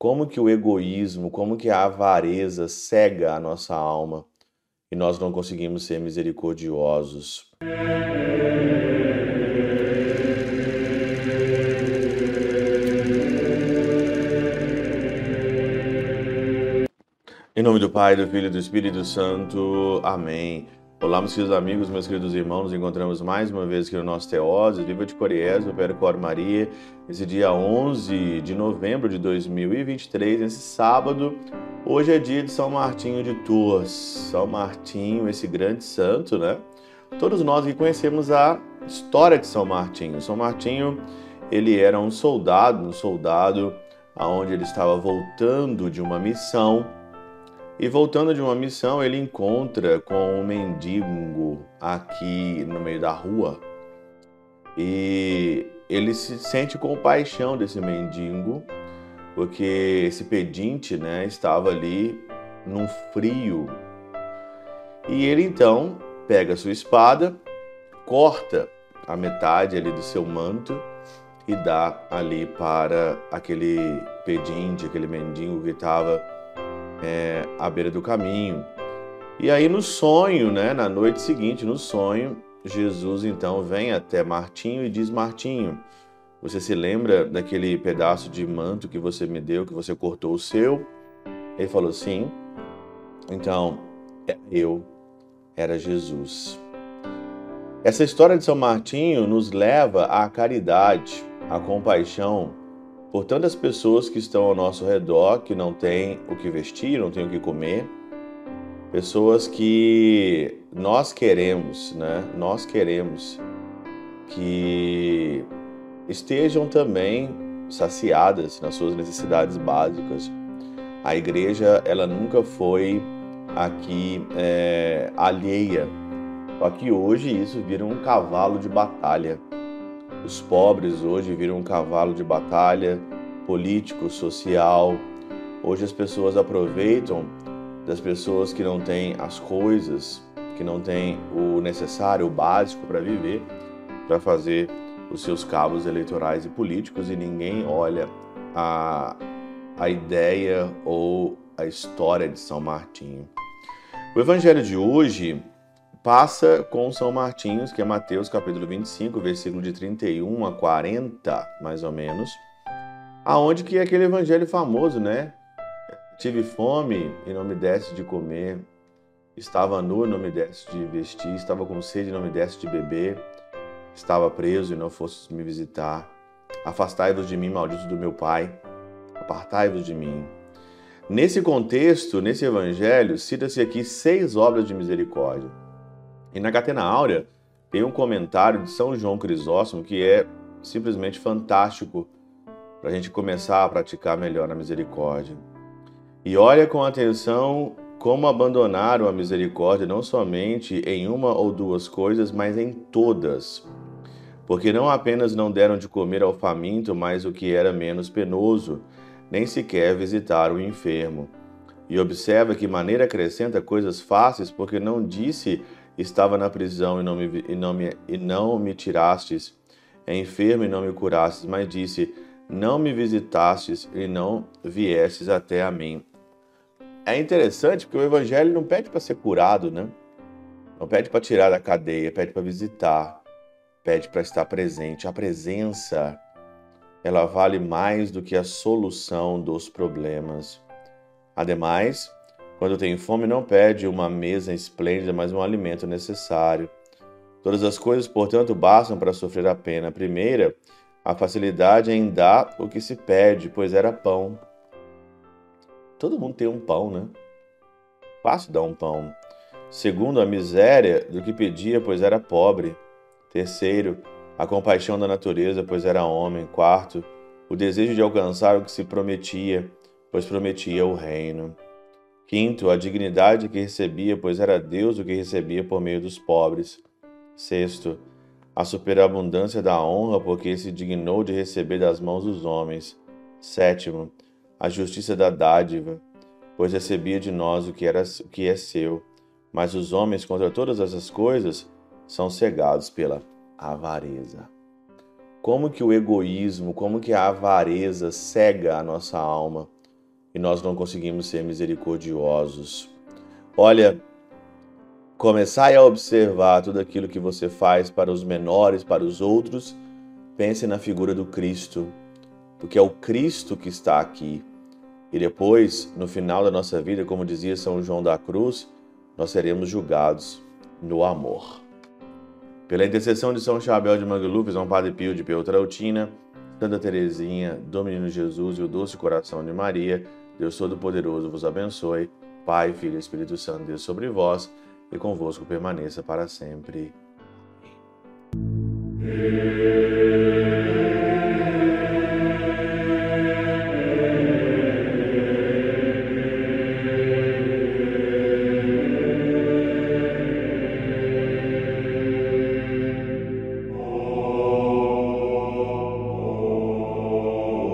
como que o egoísmo, como que a avareza cega a nossa alma e nós não conseguimos ser misericordiosos. Em nome do Pai, do Filho e do Espírito Santo. Amém. Olá, meus queridos amigos, meus queridos irmãos, nos encontramos mais uma vez aqui no nosso Teoses, Viva de Coriés, do Percor Maria, esse dia 11 de novembro de 2023, esse sábado. Hoje é dia de São Martinho de Tours. São Martinho, esse grande santo, né? Todos nós que conhecemos a história de São Martinho. São Martinho, ele era um soldado aonde ele estava voltando de uma missão. E voltando de uma missão, ele encontra com um mendigo aqui no meio da rua. E ele se sente compaixão desse mendigo, porque esse pedinte, né, estava ali num frio. E ele então pega a sua espada, corta a metade ali do seu manto e dá ali para aquele pedinte, aquele mendigo que estava à beira do caminho. E aí no sonho, né, na noite seguinte, no sonho, Jesus então vem até Martinho e diz: Martinho, você se lembra daquele pedaço de manto que você me deu, que você cortou o seu? Ele falou: sim. Então, era Jesus. Essa história de São Martinho nos leva à caridade, à compaixão por tantas pessoas que estão ao nosso redor, que não têm o que vestir, não têm o que comer, pessoas que nós queremos, né? Nós queremos que estejam também saciadas nas suas necessidades básicas. A igreja, ela nunca foi aqui alheia, só que hoje isso vira um cavalo de batalha. Os pobres hoje viram um cavalo de batalha político, social. Hoje as pessoas aproveitam das pessoas que não têm as coisas, que não têm o necessário, o básico para viver, para fazer os seus cabos eleitorais e políticos, e ninguém olha a ideia ou a história de São Martinho. O evangelho de hoje passa com São Martinho, que é Mateus capítulo 25, versículo de 31 a 40, mais ou menos, aonde que é aquele evangelho famoso, né? Tive fome e não me deste de comer, estava nu e não me deste de vestir, estava com sede e não me deste de beber, estava preso e não fostes me visitar. Afastai-vos de mim, malditos do meu Pai, apartai-vos de mim. Nesse contexto, nesse evangelho, cita-se aqui 6 obras de misericórdia. E na Catena Áurea tem um comentário de São João Crisóstomo que é simplesmente fantástico para a gente começar a praticar melhor a misericórdia. E olha com atenção como abandonaram a misericórdia não somente em uma ou duas coisas, mas em todas. Porque não apenas não deram de comer ao faminto, mas o que era menos penoso, nem sequer visitar o enfermo. E observa que maneira acrescenta coisas fáceis, porque não disse: estava na prisão e não me tirastes, enfermo e não me curastes, mas disse: não me visitastes e não viestes até a mim. É interessante porque o evangelho não pede para ser curado, né? Não pede para tirar da cadeia, pede para visitar, pede para estar presente. A presença, ela vale mais do que a solução dos problemas. Ademais, quando tem fome, não pede uma mesa esplêndida, mas um alimento necessário. Todas as coisas, portanto, bastam para sofrer a pena. A primeira, a facilidade em dar o que se pede, pois era pão. Todo mundo tem um pão, né? Fácil dar um pão. Segundo, a miséria do que pedia, pois era pobre. Terceiro, a compaixão da natureza, pois era homem. Quarto, o desejo de alcançar o que se prometia, pois prometia o reino. Quinto, a dignidade que recebia, pois era Deus o que recebia por meio dos pobres. Sexto, a superabundância da honra, porque se dignou de receber das mãos dos homens. Sétimo, a justiça da dádiva, pois recebia de nós o que é seu. Mas os homens, contra todas essas coisas, são cegados pela avareza. Como que o egoísmo, como que a avareza cega a nossa alma e nós não conseguimos ser misericordiosos. Olha, começai a observar tudo aquilo que você faz para os menores, para os outros. Pense na figura do Cristo, porque é o Cristo que está aqui. E depois, no final da nossa vida, como dizia São João da Cruz, nós seremos julgados no amor. Pela intercessão de São Chabel de Mangluf, São Padre Pio de Peltrautina, Santa Teresinha, do Menino Jesus e o Doce Coração de Maria, Deus Todo-Poderoso vos abençoe. Pai, Filho e Espírito Santo, Deus sobre vós e convosco permaneça para sempre. Amém.